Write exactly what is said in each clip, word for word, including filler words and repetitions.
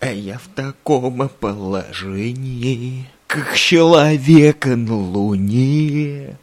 А я в таком положении, как человек на луне.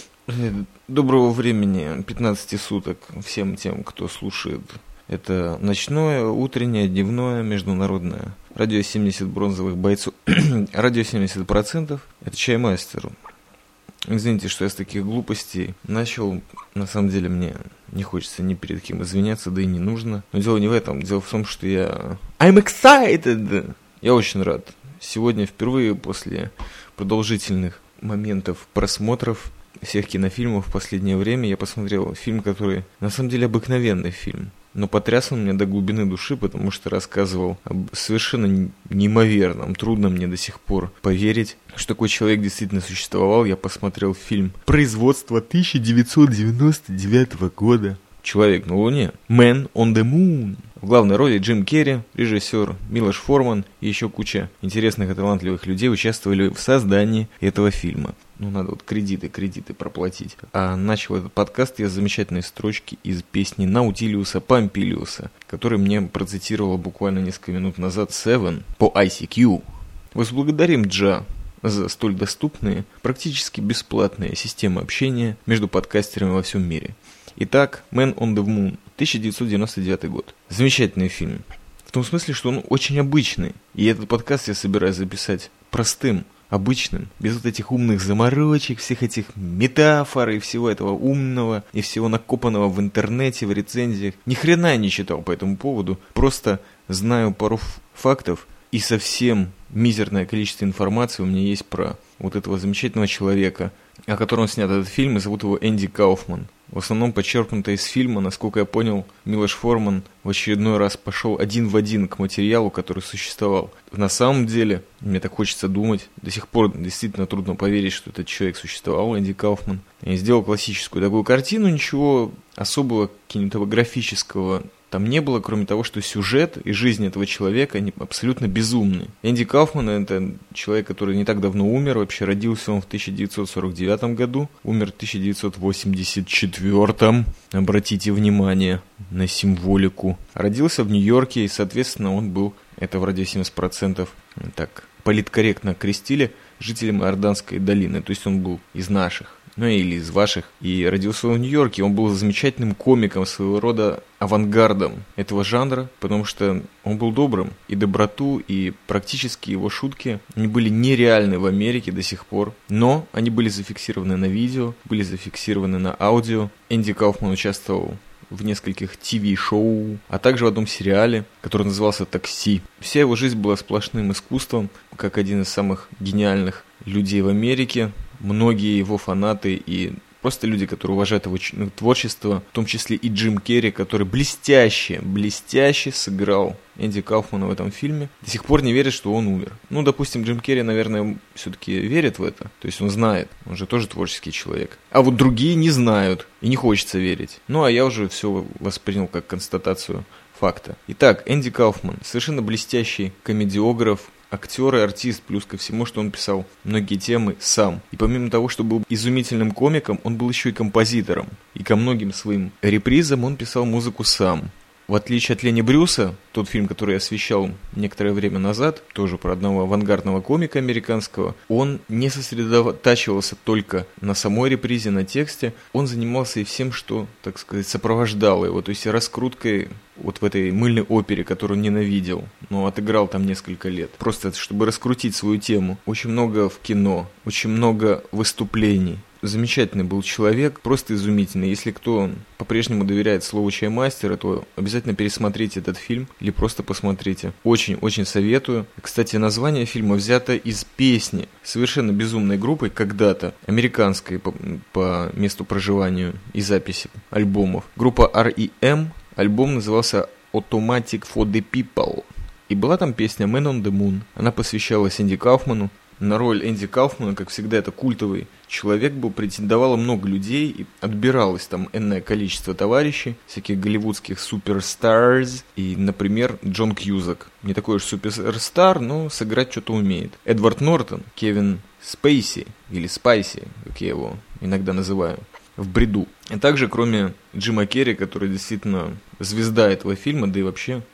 Доброго времени, пятнадцати суток всем тем, кто слушает это ночное, утреннее, дневное, международное. Радио семьдесят бронзовых бойцов. Радио семьдесят процентов. Это Чаймастер. Извините, что я с таких глупостей начал. На самом деле мне не хочется ни перед кем извиняться, да и не нужно. Но дело не в этом. Дело в том, что я... I'm excited! Я очень рад. Сегодня впервые после продолжительных моментов просмотров всех кинофильмов в последнее время я посмотрел фильм, который на самом деле обыкновенный фильм. Но потряс он меня до глубины души, потому что рассказывал об совершенно неимоверном. Трудно мне до сих пор поверить, что такой человек действительно существовал. Я посмотрел фильм производства тысяча девятьсот девяносто девятого года. «Человек на Луне». Man on the Moon. В главной роли Джим Керри, режиссер Милош Форман и еще куча интересных и талантливых людей участвовали в создании этого фильма. Ну, надо вот кредиты, кредиты проплатить. А начал этот подкаст я с замечательной строчки из песни Наутилиуса Помпилиуса, который мне процитировала буквально несколько минут назад Seven по ай си кью. Возблагодарим Джа за столь доступные, практически бесплатные системы общения между подкастерами во всем мире. Итак, Man on the Moon, тысяча девятьсот девяносто девятый год. Замечательный фильм. В том смысле, что он очень обычный. И этот подкаст я собираюсь записать простым, обычным, без вот этих умных заморочек, всех этих метафор и всего этого умного, и всего накопанного в интернете, в рецензиях. Ни хрена я не читал по этому поводу, просто знаю пару фактов, и совсем мизерное количество информации у меня есть про вот этого замечательного человека, о котором снят этот фильм, и зовут его Энди Кауфман. В основном подчеркнуто из фильма, насколько я понял, Милош Форман в очередной раз пошел один в один к материалу, который существовал. На самом деле, мне так хочется думать, до сих пор действительно трудно поверить, что этот человек существовал, Энди Кауфман. И сделал классическую такую картину, ничего особого кинематографического там не было, кроме того, что сюжет и жизнь этого человека они абсолютно безумны. Энди Кауфман — это человек, который не так давно умер. Вообще родился он в тысяча девятьсот сорок девятом году, умер в тысяча девятьсот восемьдесят четвёртом. Обратите внимание на символику. Родился в Нью-Йорке, и, соответственно, он был, это в радио семьдесят процентов, так политкорректно крестили, жителем Иорданской долины. То есть он был из наших. Ну или из ваших, и родился в Нью-Йорке. Он был замечательным комиком, своего рода авангардом этого жанра, потому что он был добрым, и доброту, и практически его шутки, они были нереальны в Америке до сих пор, но они были зафиксированы на видео, были зафиксированы на аудио. Энди Кауфман участвовал в нескольких ТВ-шоу, а также в одном сериале, который назывался «Такси». Вся его жизнь была сплошным искусством, как один из самых гениальных людей в Америке. Многие его фанаты и просто люди, которые уважают его творчество, в том числе и Джим Керри, который блестяще, блестяще сыграл Энди Кауфмана в этом фильме, до сих пор не верит, что он умер. Ну, допустим, Джим Керри, наверное, все-таки верит в это, то есть он знает, он же тоже творческий человек. А вот другие не знают, и не хочется верить. Ну, а я уже все воспринял как констатацию факта. Итак, Энди Кауфман, совершенно блестящий комедиограф, актер и артист, плюс ко всему, что он писал многие темы сам. И помимо того, что был изумительным комиком, он был еще и композитором. И ко многим своим репризам он писал музыку сам. В отличие от Ленни Брюса, тот фильм, который я освещал некоторое время назад, тоже про одного авангардного комика американского, он не сосредотачивался только на самой репризе, на тексте, он занимался и всем, что, так сказать, сопровождало его, то есть раскруткой вот в этой мыльной опере, которую он ненавидел, но отыграл там несколько лет, просто чтобы раскрутить свою тему. Очень много в кино, очень много выступлений. Замечательный был человек, просто изумительный. Если кто по-прежнему доверяет слову Чаймастера, то обязательно пересмотрите этот фильм или просто посмотрите. Очень-очень советую. Кстати, название фильма взято из песни совершенно безумной группы, когда-то американской по, по месту проживания и записи альбомов. Группа ар и эм, альбом назывался Automatic for the People. И была там песня Man on the Moon. Она посвящалась Энди Кауфману. На роль Энди Кауфмана, как всегда, это культовый человек был, претендовало много людей, и отбиралось там энное количество товарищей, всяких голливудских суперстарс, и, например, Джон Кьюзак. Не такой уж суперстар, но сыграть что-то умеет. Эдвард Нортон, Кевин Спейси, или Спайси, как я его иногда называю, в бреду. И также, кроме Джима Керри, который действительно звезда этого фильма, да и вообще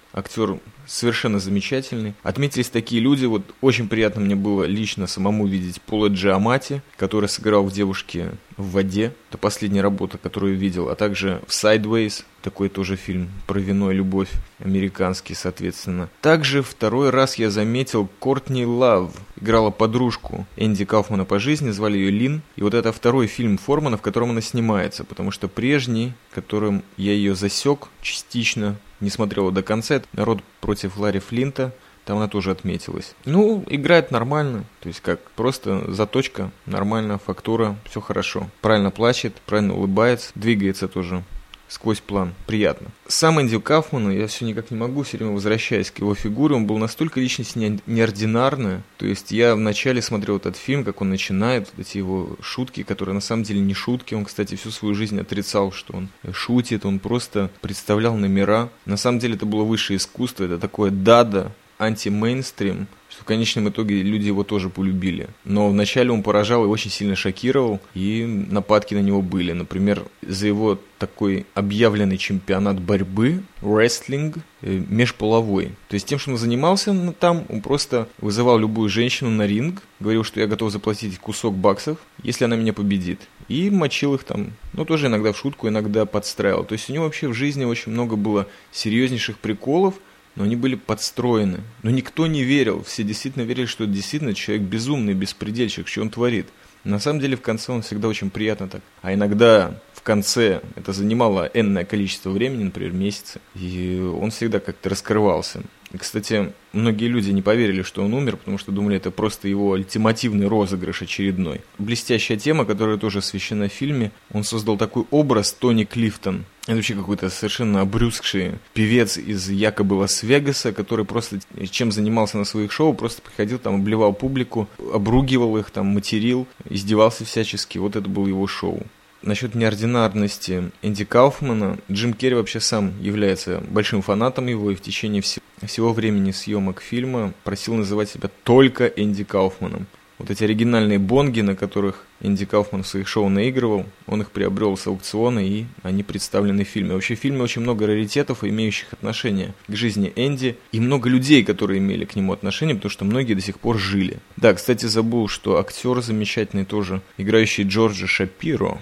актер совершенно замечательный. Отметились такие люди, вот очень приятно мне было лично самому видеть Пола Джиаматти, который сыграл в «Девушке в воде». Это последняя работа, которую я видел, а также в «Sideways», такой тоже фильм про вино и любовь, американский, соответственно. Также второй раз я заметил Кортни Лав, играла подружку Энди Кауфмана по жизни, звали ее Лин. И вот это второй фильм Формана, в котором она снимается, потому что прежний, которым я ее засек частично, не смотрел его до конца, это «Народ против Ларри Флинта», там она тоже отметилась. Ну, играет нормально, то есть как просто заточка, нормально, фактура, все хорошо. Правильно плачет, правильно улыбается, двигается тоже сквозь план, приятно. Сам Энди Кауфман, я все никак не могу, все время возвращаясь к его фигуре, он был настолько личность не- неординарная, то есть я вначале смотрел этот фильм, как он начинает, вот эти его шутки, которые на самом деле не шутки, он, кстати, всю свою жизнь отрицал, что он шутит, он просто представлял номера, на самом деле это было высшее искусство, это такое дада, анти-мейнстрим, что в конечном итоге люди его тоже полюбили. Но вначале он поражал и очень сильно шокировал, и нападки на него были. Например, за его такой объявленный чемпионат борьбы, рестлинг, межполовой. То есть тем, что он занимался там, он просто вызывал любую женщину на ринг, говорил, что я готов заплатить кусок баксов, если она меня победит. И мочил их там, ну тоже иногда в шутку, иногда подстраивал. То есть у него вообще в жизни очень много было серьезнейших приколов, но они были подстроены. Но никто не верил, все действительно верили, что это действительно человек безумный, беспредельщик, что он творит. На самом деле в конце он всегда очень приятно так. А иногда в конце это занимало энное количество времени, например, месяцы, и он всегда как-то раскрывался. И, кстати, многие люди не поверили, что он умер, потому что думали, это просто его ультимативный розыгрыш очередной. Блестящая тема, которая тоже освещена в фильме. Он создал такой образ Тони Клифтон. Это вообще какой-то совершенно обрюзгший певец из якобы Лас-Вегаса, который просто чем занимался на своих шоу, просто приходил там, обливал публику, обругивал их, там, материл, издевался всячески. Вот это было его шоу. Насчет неординарности Энди Кауфмана, Джим Керри вообще сам является большим фанатом его и в течение всего, всего времени съемок фильма просил называть себя только Энди Кауфманом. Вот эти оригинальные бонги, на которых Энди Кауфман в своих шоу наигрывал, он их приобрел с аукциона, и они представлены в фильме. Вообще в фильме очень много раритетов, имеющих отношение к жизни Энди, и много людей, которые имели к нему отношение, потому что многие до сих пор жили. Да, кстати, забыл, что актер замечательный тоже, играющий Джорджа Шапиро,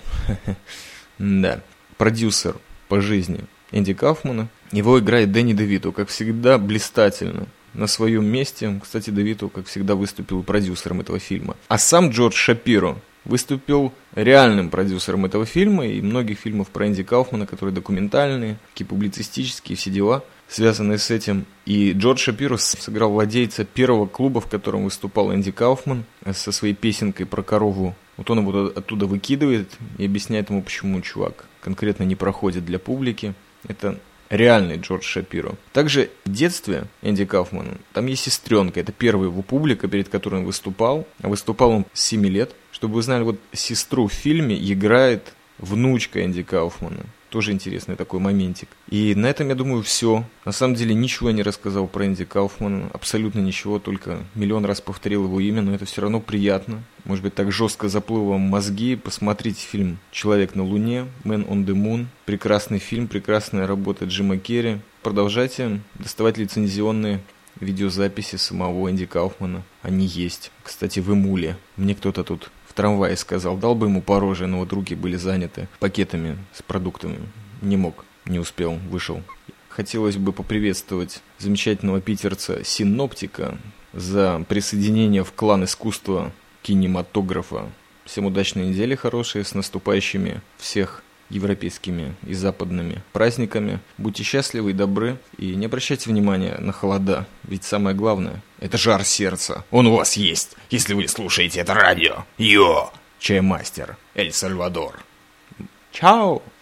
да, продюсер по жизни Энди Кауфмана, его играет Дэнни Девито, как всегда, блистательно. На своем месте, кстати, Девито, как всегда, выступил продюсером этого фильма. А сам Джордж Шапиро выступил реальным продюсером этого фильма и многих фильмов про Энди Кауфмана, которые документальные, такие публицистические, все дела, связанные с этим. И Джордж Шапиро сыграл владельца первого клуба, в котором выступал Энди Кауфман со своей песенкой про корову. Вот он его оттуда выкидывает и объясняет ему, почему чувак конкретно не проходит для публики. Это реальный Джордж Шапиро. Также в детстве Энди Кауфмана, там есть сестренка, это первая его публика, перед которой он выступал. А выступал он с семи лет. Чтобы вы знали, вот сестру в фильме играет внучка Энди Кауфмана. Тоже интересный такой моментик. И на этом, я думаю, все. На самом деле ничего я не рассказал про Энди Кауфмана, абсолютно ничего, только миллион раз повторил его имя, но это все равно приятно. Может быть, так жестко заплыл вам мозги. Посмотрите фильм «Человек на Луне», «Man on the Moon». Прекрасный фильм, прекрасная работа Джима Керри. Продолжайте доставать лицензионные видеозаписи самого Энди Кауфмана. Они есть. Кстати, в эмуле. Мне кто-то тут в трамвае сказал, дал бы ему по роже, но вот руки были заняты пакетами с продуктами. Не мог, не успел, вышел. Хотелось бы поприветствовать замечательного питерца Синоптика за присоединение в клан искусства кинематографа. Всем удачной недели хорошей, с наступающими всех европейскими и западными праздниками. Будьте счастливы и добры, и не обращайте внимания на холода, ведь самое главное — это жар сердца. Он у вас есть, если вы слушаете это радио. Йо! Чаймастер Эль Сальвадор. Чао!